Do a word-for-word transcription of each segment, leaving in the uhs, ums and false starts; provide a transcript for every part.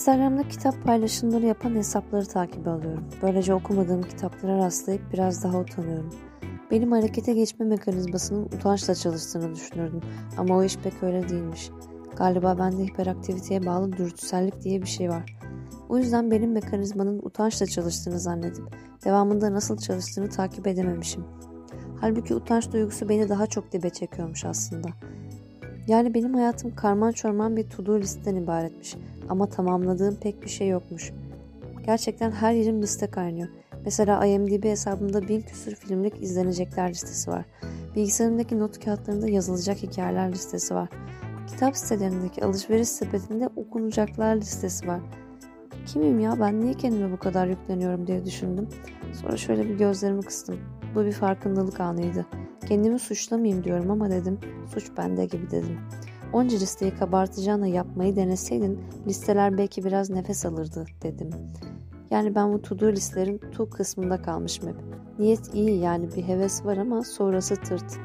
Instagram'da kitap paylaşımları yapan hesapları takip alıyorum. Böylece okumadığım kitaplara rastlayıp biraz daha utanıyorum. Benim harekete geçme mekanizmasının utançla çalıştığını düşünürdüm ama o iş pek öyle değilmiş. Galiba bende hiperaktiviteye bağlı dürtüsellik diye bir şey var. O yüzden benim mekanizmanın utançla çalıştığını zannedip devamında nasıl çalıştığını takip edememişim. Halbuki utanç duygusu beni daha çok dibe çekiyormuş aslında. Yani benim hayatım karman çorman bir to-do listten ibaretmiş ama tamamladığım pek bir şey yokmuş. Gerçekten her yerim liste kaynıyor. Mesela IMDb hesabımda bin küsur filmlik izlenecekler listesi var. Bilgisayarımdaki not kağıtlarında yazılacak hikayeler listesi var. Kitap sitelerindeki alışveriş sepetinde okunacaklar listesi var. Kimim ya, ben niye kendime bu kadar yükleniyorum diye düşündüm. Sonra şöyle bir gözlerimi kıstım. Bu bir farkındalık anıydı. Kendimi suçlamayayım diyorum ama dedim, suç bende gibi dedim. Onca listeyi kabartacağına yapmayı deneseydin listeler belki biraz nefes alırdı dedim. Yani ben bu to-do listelerin to kısmında kalmışım hep. Niyet iyi, yani bir heves var ama sonrası tırt.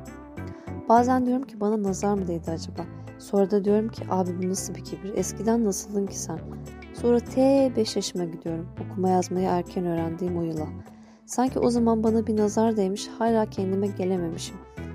Bazen diyorum ki bana nazar mı değdi acaba? Sonra da diyorum ki abi bu nasıl bir kibir? Eskiden nasıldın ki sen? Sonra te beş yaşıma gidiyorum. Okuma yazmayı erken öğrendiğim o yıla. Sanki o zaman bana bir nazar değmiş, hala kendime gelememişim.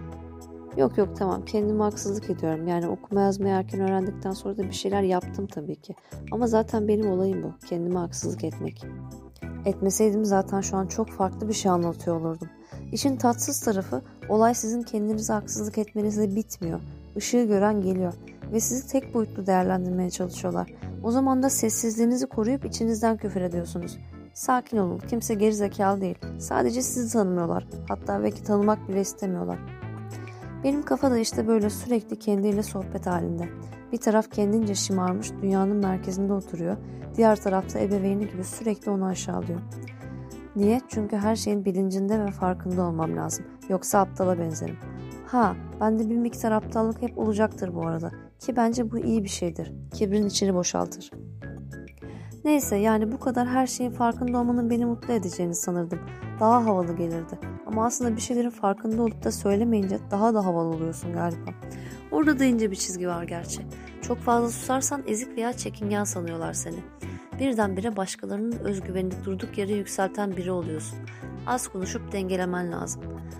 Yok yok tamam, kendime haksızlık ediyorum. Yani okuma yazmayı erken öğrendikten sonra da bir şeyler yaptım tabii ki. Ama zaten benim olayım bu. Kendime haksızlık etmek. Etmeseydim zaten şu an çok farklı bir şey anlatıyor olurdum. İşin tatsız tarafı, olay sizin kendinize haksızlık etmenizle bitmiyor. Işığı gören geliyor ve sizi tek boyutlu değerlendirmeye çalışıyorlar. O zaman da sessizliğinizi koruyup içinizden küfür ediyorsunuz. Sakin olun, kimse gerizekalı değil. Sadece sizi tanımıyorlar. Hatta belki tanımak bile istemiyorlar. Benim kafa da işte böyle sürekli kendiyle sohbet halinde. Bir taraf kendince şımarmış, dünyanın merkezinde oturuyor. Diğer tarafta ebeveyni gibi sürekli onu aşağılıyor. Niye? Çünkü her şeyin bilincinde ve farkında olmam lazım. Yoksa aptala benzerim. Ha, bende bir miktar aptallık hep olacaktır bu arada. Ki bence bu iyi bir şeydir. Kibrin içini boşaltır. Neyse, yani bu kadar her şeyin farkında olmanın beni mutlu edeceğini sanırdım. Daha havalı gelirdi. Ama aslında bir şeylerin farkında olup da söylemeyince daha da havalı oluyorsun galiba. Orada da ince bir çizgi var gerçi. Çok fazla susarsan ezik veya çekingen sanıyorlar seni. Birdenbire başkalarının özgüvenini durduk yere yükselten biri oluyorsun. Az konuşup dengelemen lazım.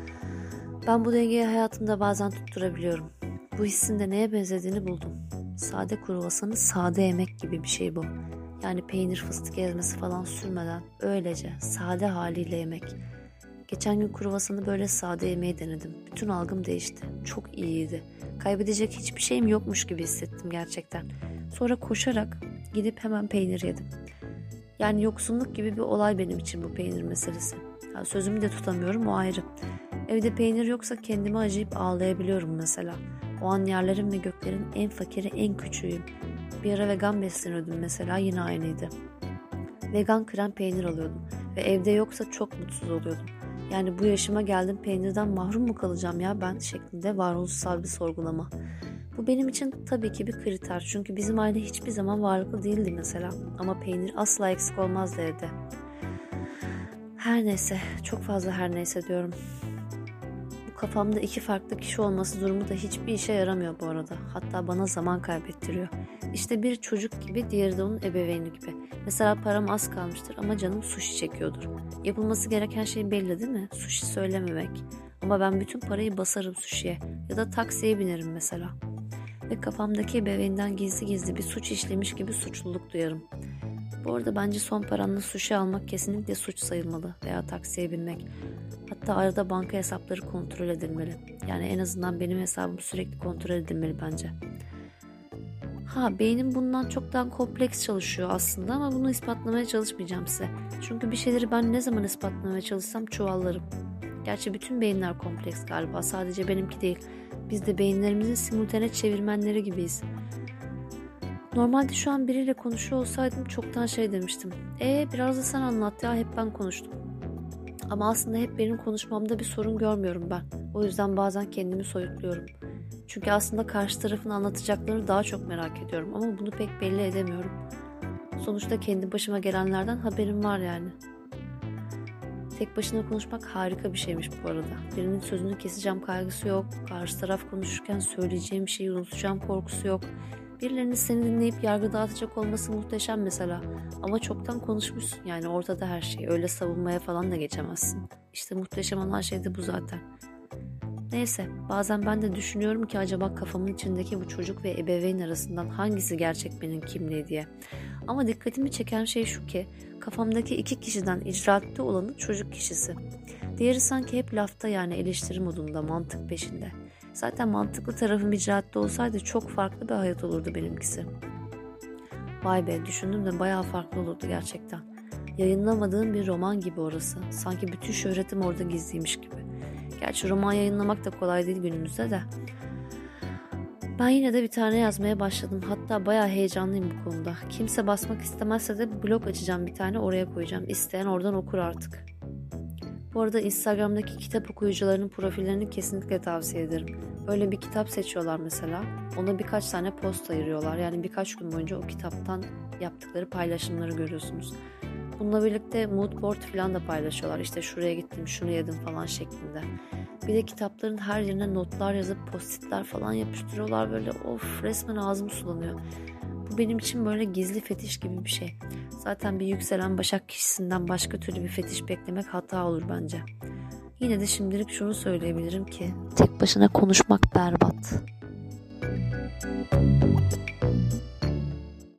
Ben bu dengeyi hayatımda bazen tutturabiliyorum. Bu hissin de neye benzediğini buldum. Sade kruvasanı sade yemek gibi bir şey bu. Yani peynir fıstık ezmesi falan sürmeden öylece sade haliyle yemek. Geçen gün kruvasanı böyle sade yemeği denedim. Bütün algım değişti. Çok iyiydi. Kaybedecek hiçbir şeyim yokmuş gibi hissettim gerçekten. Sonra koşarak gidip hemen peynir yedim. Yani yoksunluk gibi bir olay benim için bu peynir meselesi. Yani sözümü de tutamıyorum, o ayrı. Evde peynir yoksa kendime acıyıp ağlayabiliyorum mesela. O an yerlerin ve göklerin en fakiri, en küçüğüyüm. Bir ara vegan besleniyordum mesela, yine aynıydı. Vegan krem peynir alıyordum ve evde yoksa çok mutsuz oluyordum. Yani bu yaşıma geldim, peynirden mahrum mu kalacağım ya ben şeklinde varoluşsal bir sorgulama. Bu benim için tabii ki bir kriter, çünkü bizim aile hiçbir zaman varlıklı değildi mesela. Ama peynir asla eksik olmazdı evde. Her neyse, çok fazla her neyse diyorum. Bu kafamda iki farklı kişi olması durumu da hiçbir işe yaramıyor bu arada. Hatta bana zaman kaybettiriyor. İşte bir çocuk gibi, diğeri de onun ebeveyni gibi. Mesela param az kalmıştır ama canım sushi çekiyordur. Yapılması gereken şey belli değil mi? Sushi söylememek. Ama ben bütün parayı basarım sushi'ye ya da taksiye binerim mesela. Ve kafamdaki ebeveynden gizli gizli bir suç işlemiş gibi suçluluk duyarım. Bu arada bence son paranla sushi almak kesinlikle suç sayılmalı veya taksiye binmek. Hatta arada banka hesapları kontrol edilmeli. Yani en azından benim hesabım sürekli kontrol edilmeli bence. Ha, beynim bundan çoktan kompleks çalışıyor aslında ama bunu ispatlamaya çalışmayacağım size. Çünkü bir şeyleri ben ne zaman ispatlamaya çalışsam çuvallarım. Gerçi bütün beyinler kompleks galiba, sadece benimki değil. Biz de beyinlerimizin simultane çevirmenleri gibiyiz. Normalde şu an biriyle konuşuyor olsaydım çoktan şey demiştim. E biraz da sen anlat ya, hep ben konuştum. Ama aslında hep benim konuşmamda bir sorun görmüyorum ben. O yüzden bazen kendimi soyutluyorum. Çünkü aslında karşı tarafın anlatacaklarını daha çok merak ediyorum ama bunu pek belli edemiyorum. Sonuçta kendi başıma gelenlerden haberim var yani. Tek başına konuşmak harika bir şeymiş bu arada. Birinin sözünü keseceğim kaygısı yok. Karşı taraf konuşurken söyleyeceğim şeyi unutacağım korkusu yok. Birilerinin seni dinleyip yargı dağıtacak olması muhteşem mesela. Ama çoktan konuşmuşsun, yani ortada her şey. Öyle savunmaya falan da geçemezsin. İşte muhteşem olan şey de bu zaten. Neyse, bazen ben de düşünüyorum ki acaba kafamın içindeki bu çocuk ve ebeveyn arasından hangisi gerçek benim kimliği diye. Ama dikkatimi çeken şey şu ki, kafamdaki iki kişiden icraatte olanı çocuk kişisi. Diğeri sanki hep lafta, yani eleştiri modunda, mantık peşinde. Zaten mantıklı tarafım icraatte olsaydı çok farklı bir hayat olurdu benimkisi. Vay be, düşündüm de bayağı farklı olurdu gerçekten. Yayınlamadığım bir roman gibi orası. Sanki bütün şöhretim orada gizliymiş gibi. Gerçi roman yayınlamak da kolay değil günümüzde de. Ben yine de bir tane yazmaya başladım. Hatta bayağı heyecanlıyım bu konuda. Kimse basmak istemezse de blog açacağım bir tane, oraya koyacağım. İsteyen oradan okur artık. Bu arada Instagram'daki kitap okuyucularının profillerini kesinlikle tavsiye ederim. Böyle bir kitap seçiyorlar mesela. Ona birkaç tane post ayırıyorlar. Yani birkaç gün boyunca o kitaptan yaptıkları paylaşımları görüyorsunuz. Bununla birlikte mood board falan da paylaşıyorlar. İşte şuraya gittim, şunu yedim falan şeklinde. Bir de kitapların her yerine notlar yazıp postitler falan yapıştırıyorlar böyle. Of, resmen ağzım sulanıyor. Bu benim için böyle gizli fetiş gibi bir şey. Zaten bir yükselen Başak kişisinden başka türlü bir fetiş beklemek hata olur bence. Yine de şimdilik şunu söyleyebilirim ki tek başına konuşmak berbat.